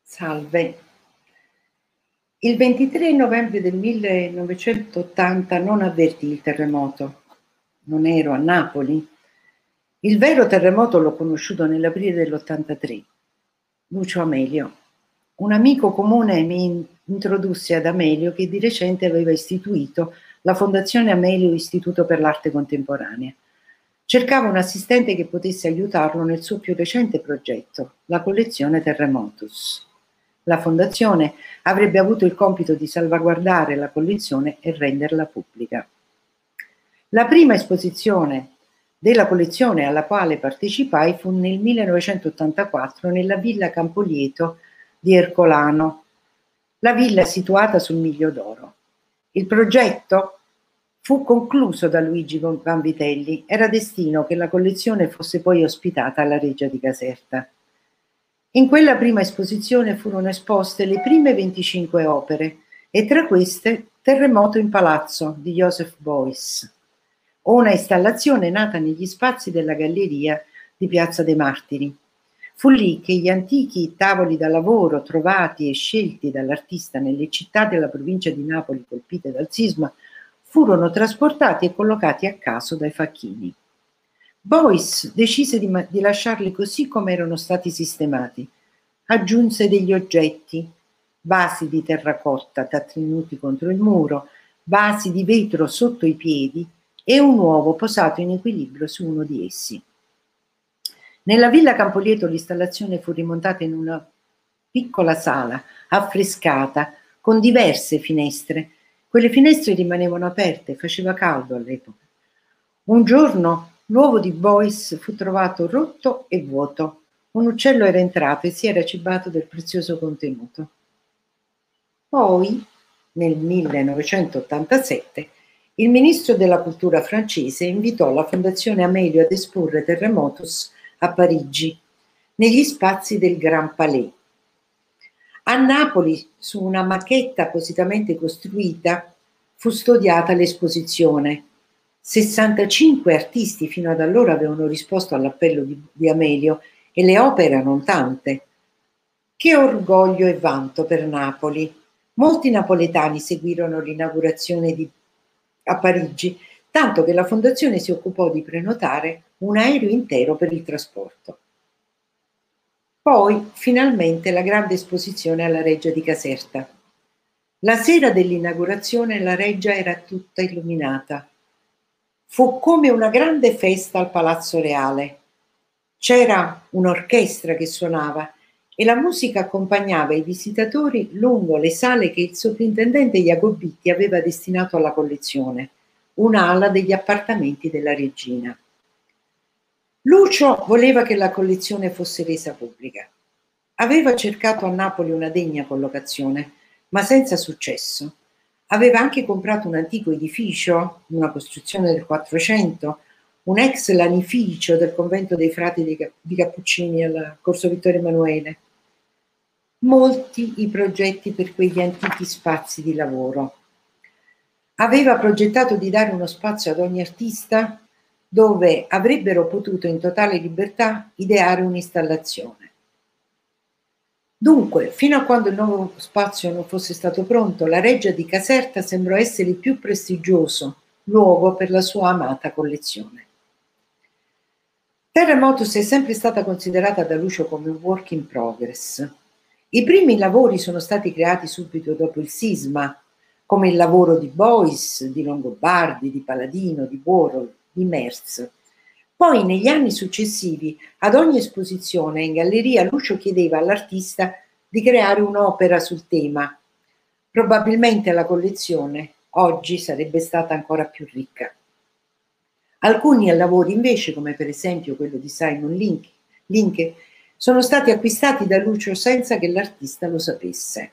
Salve. Il 23 novembre del 1980 non avvertì il terremoto. Non ero a Napoli. Il vero terremoto l'ho conosciuto nell'aprile dell'83. Lucio Amelio. Un amico comune mi introdusse ad Amelio, che di recente aveva istituito la Fondazione Amelio Istituto per l'Arte Contemporanea. Cercava un assistente che potesse aiutarlo nel suo più recente progetto, la collezione Terremotus. La Fondazione avrebbe avuto il compito di salvaguardare la collezione e renderla pubblica. La prima esposizione della collezione alla quale partecipai fu nel 1984 nella Villa Campolieto di Ercolano, la villa situata sul Miglio d'Oro. Il progetto fu concluso da Luigi Vanvitelli. Era destino che la collezione fosse poi ospitata alla Reggia di Caserta. In quella prima esposizione furono esposte le prime 25 opere e tra queste Terremoto in Palazzo di Joseph Beuys, una installazione nata negli spazi della galleria di Piazza dei Martiri. Fu lì che gli antichi tavoli da lavoro trovati e scelti dall'artista nelle città della provincia di Napoli colpite dal sisma furono trasportati e collocati a caso dai facchini. Beuys decise di lasciarli così come erano stati sistemati. Aggiunse degli oggetti, vasi di terracotta trattenuti contro il muro, vasi di vetro sotto i piedi e un uovo posato in equilibrio su uno di essi. Nella Villa Campolieto l'installazione fu rimontata in una piccola sala affrescata con diverse finestre. Quelle finestre rimanevano aperte, faceva caldo all'epoca. Un giorno l'uovo di Beuys fu trovato rotto e vuoto. Un uccello era entrato e si era cibato del prezioso contenuto. Poi, nel 1987, il ministro della cultura francese invitò la Fondazione Amelio ad esporre Terremotus a Parigi, negli spazi del Grand Palais. A Napoli, su una maquetta appositamente costruita, fu studiata l'esposizione. 65 artisti fino ad allora avevano risposto all'appello di Amelio e le opere erano tante. Che orgoglio e vanto per Napoli! Molti napoletani seguirono l'inaugurazione a Parigi, tanto che la fondazione si occupò di prenotare un aereo intero per il trasporto. Poi, finalmente, la grande esposizione alla Reggia di Caserta. La sera dell'inaugurazione la Reggia era tutta illuminata. Fu come una grande festa al Palazzo Reale. C'era un'orchestra che suonava e la musica accompagnava i visitatori lungo le sale che il sovrintendente Jacobitti aveva destinato alla collezione, un'ala degli appartamenti della regina. Lucio voleva che la collezione fosse resa pubblica. Aveva cercato a Napoli una degna collocazione, ma senza successo. Aveva anche comprato un antico edificio, una costruzione del 400, un ex lanificio del convento dei frati di Cappuccini al Corso Vittorio Emanuele. Molti i progetti per quegli antichi spazi di lavoro. Aveva progettato di dare uno spazio ad ogni artista dove avrebbero potuto in totale libertà ideare un'installazione. Dunque, fino a quando il nuovo spazio non fosse stato pronto, la Reggia di Caserta sembrò essere il più prestigioso luogo per la sua amata collezione. Terremotus è sempre stata considerata da Lucio come un work in progress. I primi lavori sono stati creati subito dopo il sisma, come il lavoro di Beuys, di Longobardi, di Paladino, di Warhol, di Merz. Poi, negli anni successivi, ad ogni esposizione in galleria, Lucio chiedeva all'artista di creare un'opera sul tema. Probabilmente la collezione oggi sarebbe stata ancora più ricca. Alcuni lavori invece, come per esempio quello di Simon Linke, sono stati acquistati da Lucio senza che l'artista lo sapesse.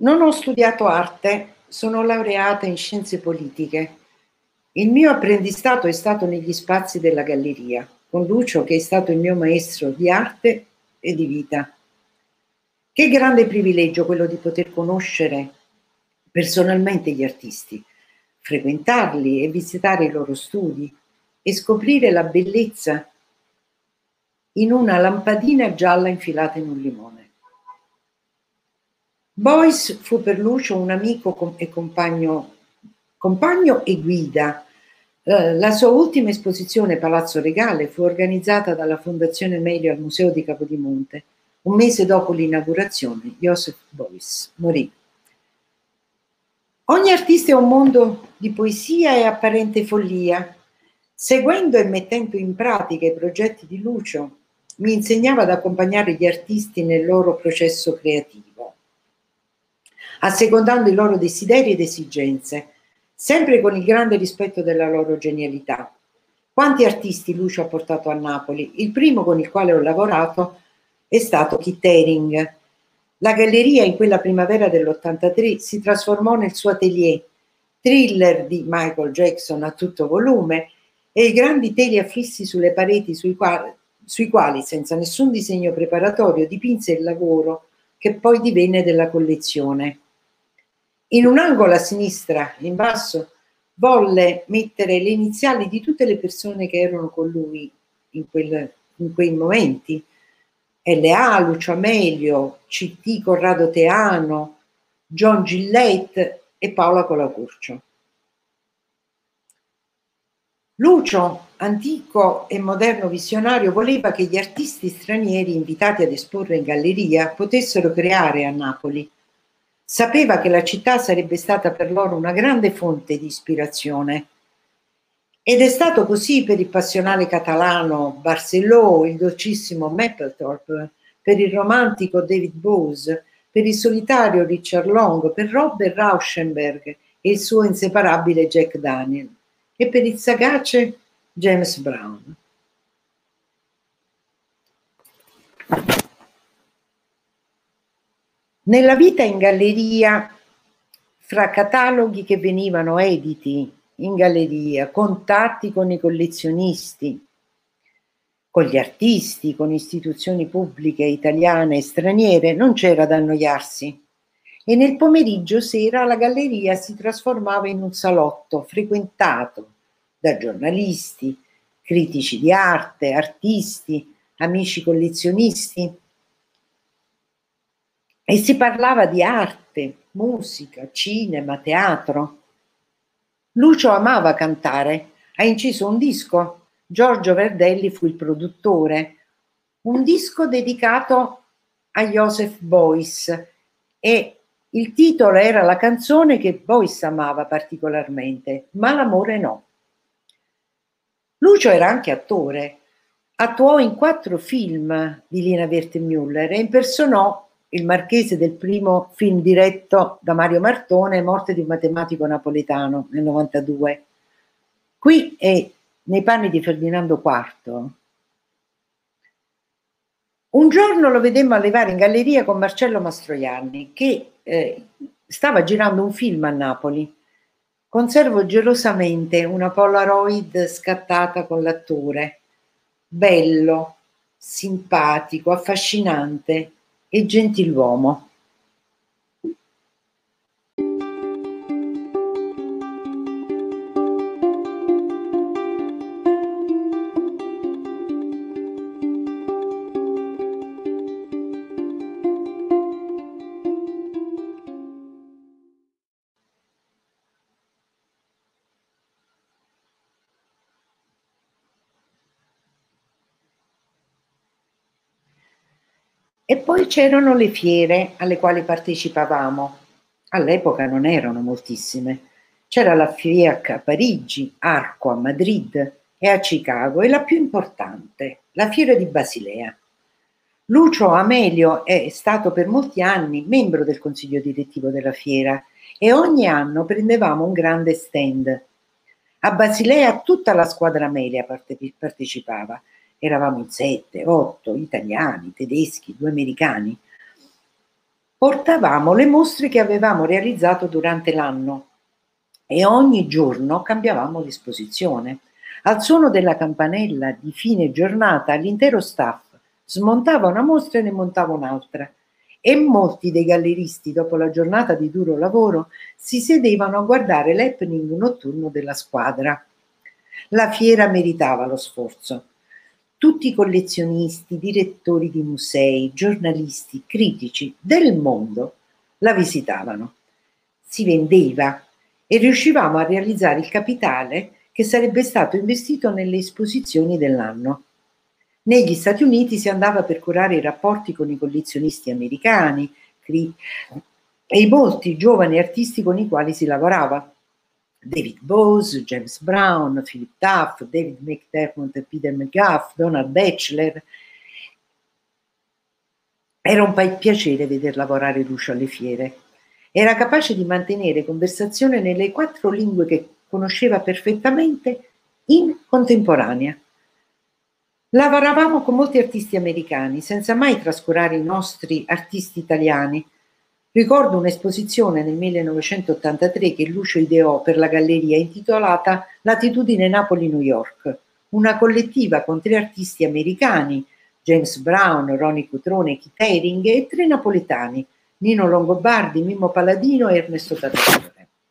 Non ho studiato arte, sono laureata in scienze politiche. Il mio apprendistato è stato negli spazi della galleria, con Lucio che è stato il mio maestro di arte e di vita. Che grande privilegio quello di poter conoscere personalmente gli artisti, frequentarli e visitare i loro studi e scoprire la bellezza in una lampadina gialla infilata in un limone. Beuys fu per Lucio un amico e compagno e guida. La sua ultima esposizione, Palazzo Regale, fu organizzata dalla Fondazione Amelio al Museo di Capodimonte. Un mese dopo l'inaugurazione, Joseph Beuys morì. Ogni artista è un mondo di poesia e apparente follia. Seguendo e mettendo in pratica i progetti di Lucio, mi insegnava ad accompagnare gli artisti nel loro processo creativo, assecondando i loro desideri ed esigenze, sempre con il grande rispetto della loro genialità. Quanti artisti Lucio ha portato a Napoli? Il primo con il quale ho lavorato è stato Kit Haring. La galleria in quella primavera dell'83 si trasformò nel suo atelier, thriller di Michael Jackson a tutto volume e i grandi teli affissi sulle pareti sui quali, senza nessun disegno preparatorio, dipinse il lavoro che poi divenne della collezione. In un angolo a sinistra, in basso, volle mettere le iniziali di tutte le persone che erano con lui in quei momenti. L.A., Lucio Amelio, C.T. Corrado Teano, John Gillette e Paola Colacurcio. Lucio, antico e moderno visionario, voleva che gli artisti stranieri invitati ad esporre in galleria potessero creare a Napoli. Sapeva che la città sarebbe stata per loro una grande fonte di ispirazione. Ed è stato così per il passionale catalano Barceló, il dolcissimo Mapplethorpe, per il romantico David Bowie, per il solitario Richard Long, per Robert Rauschenberg e il suo inseparabile Jack Daniel, e per il sagace James Brown. Nella vita in galleria, fra cataloghi che venivano editi in galleria, contatti con i collezionisti, con gli artisti, con istituzioni pubbliche italiane e straniere, non c'era da annoiarsi. E nel pomeriggio sera la galleria si trasformava in un salotto frequentato da giornalisti, critici di arte, artisti, amici collezionisti, e si parlava di arte, musica, cinema, teatro. Lucio amava cantare, ha inciso un disco, Giorgio Verdelli fu il produttore, un disco dedicato a Joseph Beuys, e il titolo era la canzone che Beuys amava particolarmente, Ma l'amore no. Lucio era anche attore, attuò in 4 film di Lina Wertmüller e impersonò il marchese del primo film diretto da Mario Martone, Morte di un matematico napoletano, nel 92. Qui è nei panni di Ferdinando IV. Un giorno lo vedemmo arrivare in galleria con Marcello Mastroianni, che stava girando un film a Napoli. Conservo gelosamente una Polaroid scattata con l'attore. Bello, simpatico, affascinante e gentiluomo. E poi c'erano le fiere alle quali partecipavamo. All'epoca non erano moltissime. C'era la FIAC a Parigi, Arco a Madrid e a Chicago, e la più importante, la Fiera di Basilea. Lucio Amelio è stato per molti anni membro del consiglio direttivo della fiera e ogni anno prendevamo un grande stand. A Basilea tutta la squadra Amelia partecipava. Eravamo in 7, 8, italiani, tedeschi, 2 americani. Portavamo le mostre che avevamo realizzato durante l'anno e ogni giorno cambiavamo l'esposizione. Al suono della campanella di fine giornata, l'intero staff smontava una mostra e ne montava un'altra e molti dei galleristi, dopo la giornata di duro lavoro, si sedevano a guardare l'happening notturno della squadra. La fiera meritava lo sforzo. Tutti i collezionisti, direttori di musei, giornalisti, critici del mondo la visitavano. Si vendeva e riuscivamo a realizzare il capitale che sarebbe stato investito nelle esposizioni dell'anno. Negli Stati Uniti si andava per curare i rapporti con i collezionisti americani e i molti giovani artisti con i quali si lavorava. David Bose, James Brown, Philip Duff, David McDermott e Peter McGuff, Donald Batchelor. Era un piacere veder lavorare Lucio alle fiere. Era capace di mantenere conversazione nelle 4 lingue che conosceva perfettamente in contemporanea. Lavoravamo con molti artisti americani, senza mai trascurare i nostri artisti italiani. Ricordo un'esposizione nel 1983 che Lucio ideò per la galleria intitolata Latitudine Napoli-New York, una collettiva con 3 artisti americani, James Brown, Ronnie Cutrone, Keith Haring e 3 napoletani, Nino Longobardi, Mimmo Palladino e Ernesto Tatarciore.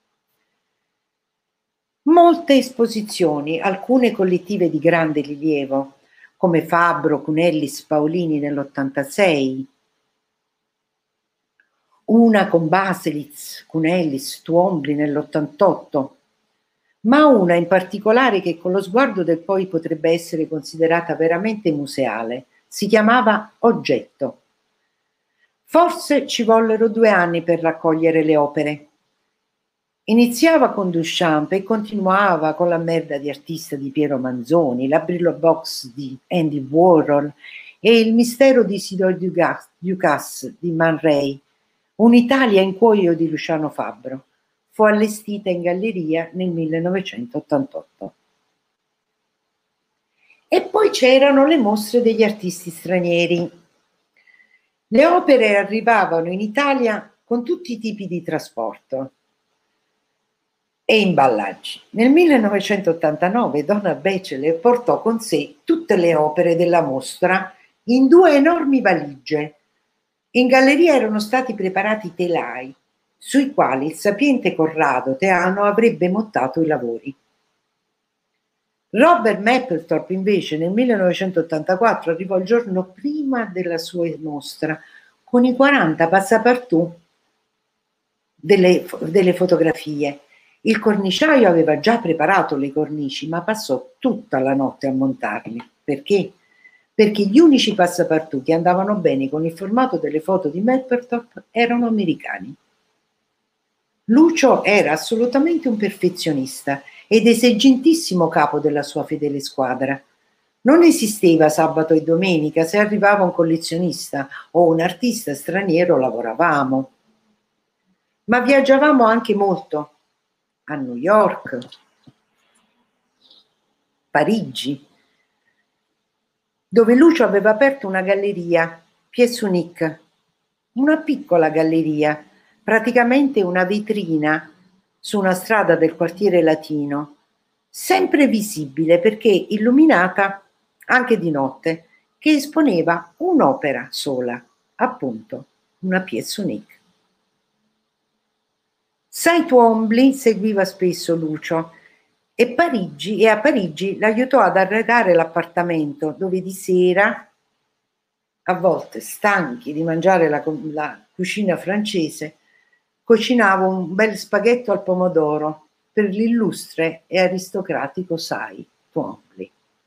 Molte esposizioni, alcune collettive di grande rilievo, come Fabbro, Cunellis, Paolini nell'86, una con Baselitz, Cunellis, Twombly nell'88, ma una in particolare che con lo sguardo del poi potrebbe essere considerata veramente museale, si chiamava Oggetto. Forse ci vollero 2 anni per raccogliere le opere. Iniziava con Duchamp e continuava con la merda di artista di Piero Manzoni, la Brillo Box di Andy Warhol e il mistero di Isidore Ducasse di Man Ray, un'Italia in cuoio di Luciano Fabbro. Fu allestita in galleria nel 1988. E poi c'erano le mostre degli artisti stranieri. Le opere arrivavano in Italia con tutti i tipi di trasporto e imballaggi. Nel 1989 Donald Batchelor portò con sé tutte le opere della mostra in 2 enormi valigie. In galleria erano stati preparati telai sui quali il sapiente Corrado Teano avrebbe montato i lavori. Robert Mapplethorpe invece nel 1984 arrivò il giorno prima della sua mostra con i 40 passepartout delle fotografie. Il corniciaio aveva già preparato le cornici, ma passò tutta la notte a montarli. Perché? Perché gli unici passepartout che andavano bene con il formato delle foto di Mapplethorpe erano americani. Lucio era assolutamente un perfezionista ed esigentissimo capo della sua fedele squadra. Non esisteva sabato e domenica, se arrivava un collezionista o un artista straniero lavoravamo. Ma viaggiavamo anche molto, a New York, Parigi, dove Lucio aveva aperto una galleria, Pièce Unique, una piccola galleria, praticamente una vetrina su una strada del quartiere latino, sempre visibile perché illuminata anche di notte, che esponeva un'opera sola, appunto, una Pièce Unique. Cy Twombly seguiva spesso Lucio e a Parigi l'aiutò ad arredare l'appartamento dove di sera, a volte stanchi di mangiare la cucina francese, cucinava un bel spaghetto al pomodoro per l'illustre e aristocratico Cy Twombly.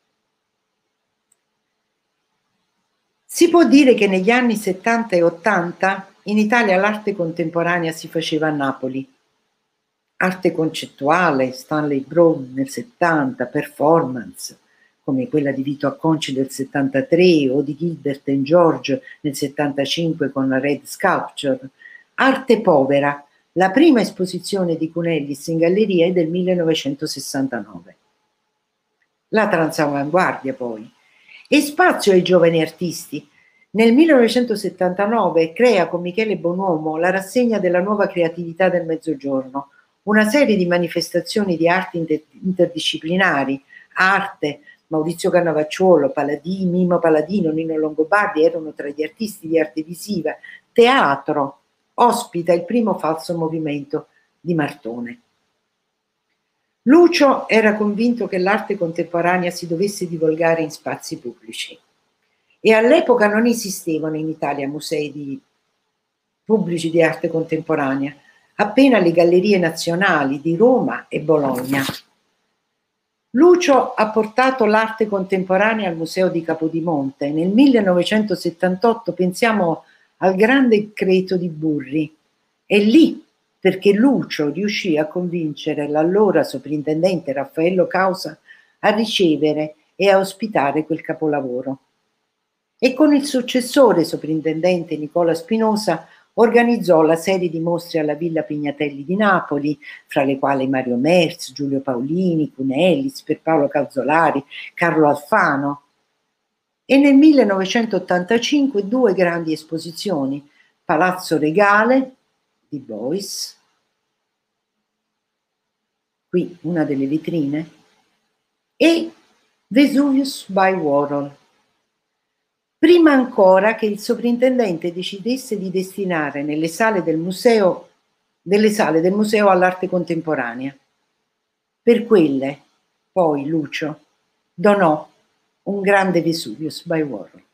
Si può dire che negli anni 70 e 80 in Italia l'arte contemporanea si faceva a Napoli. Arte concettuale, Stanley Brown nel 70, performance, come quella di Vito Acconci del 73 o di Gilbert and George nel 75 con la Red Sculpture. Arte povera, la prima esposizione di Cunellis in galleria è del 1969. La transavanguardia poi. E spazio ai giovani artisti. Nel 1979 crea con Michele Bonuomo la rassegna della nuova creatività del Mezzogiorno, una serie di manifestazioni di arti interdisciplinari, arte, Maurizio Cannavacciuolo, Mimo Paladino, Nino Longobardi erano tra gli artisti di arte visiva, teatro, ospita il primo falso movimento di Martone. Lucio era convinto che l'arte contemporanea si dovesse divulgare in spazi pubblici e all'epoca non esistevano in Italia musei pubblici di arte contemporanea, appena le gallerie nazionali di Roma e Bologna. Lucio ha portato l'arte contemporanea al Museo di Capodimonte. Nel 1978 pensiamo al grande Creto di Burri. È lì perché Lucio riuscì a convincere l'allora soprintendente Raffaello Causa a ricevere e a ospitare quel capolavoro. E con il successore soprintendente Nicola Spinosa organizzò la serie di mostre alla Villa Pignatelli di Napoli, fra le quali Mario Merz, Giulio Paolini, Cunellis, Pierpaolo Calzolari, Carlo Alfano. E nel 1985 due grandi esposizioni, Palazzo Regale di Beuys, qui una delle vetrine, e Vesuvius by Warhol. Prima ancora che il soprintendente decidesse di destinare delle sale del museo all'arte contemporanea. Per quelle, poi Lucio donò un grande Vesuvius by Warhol.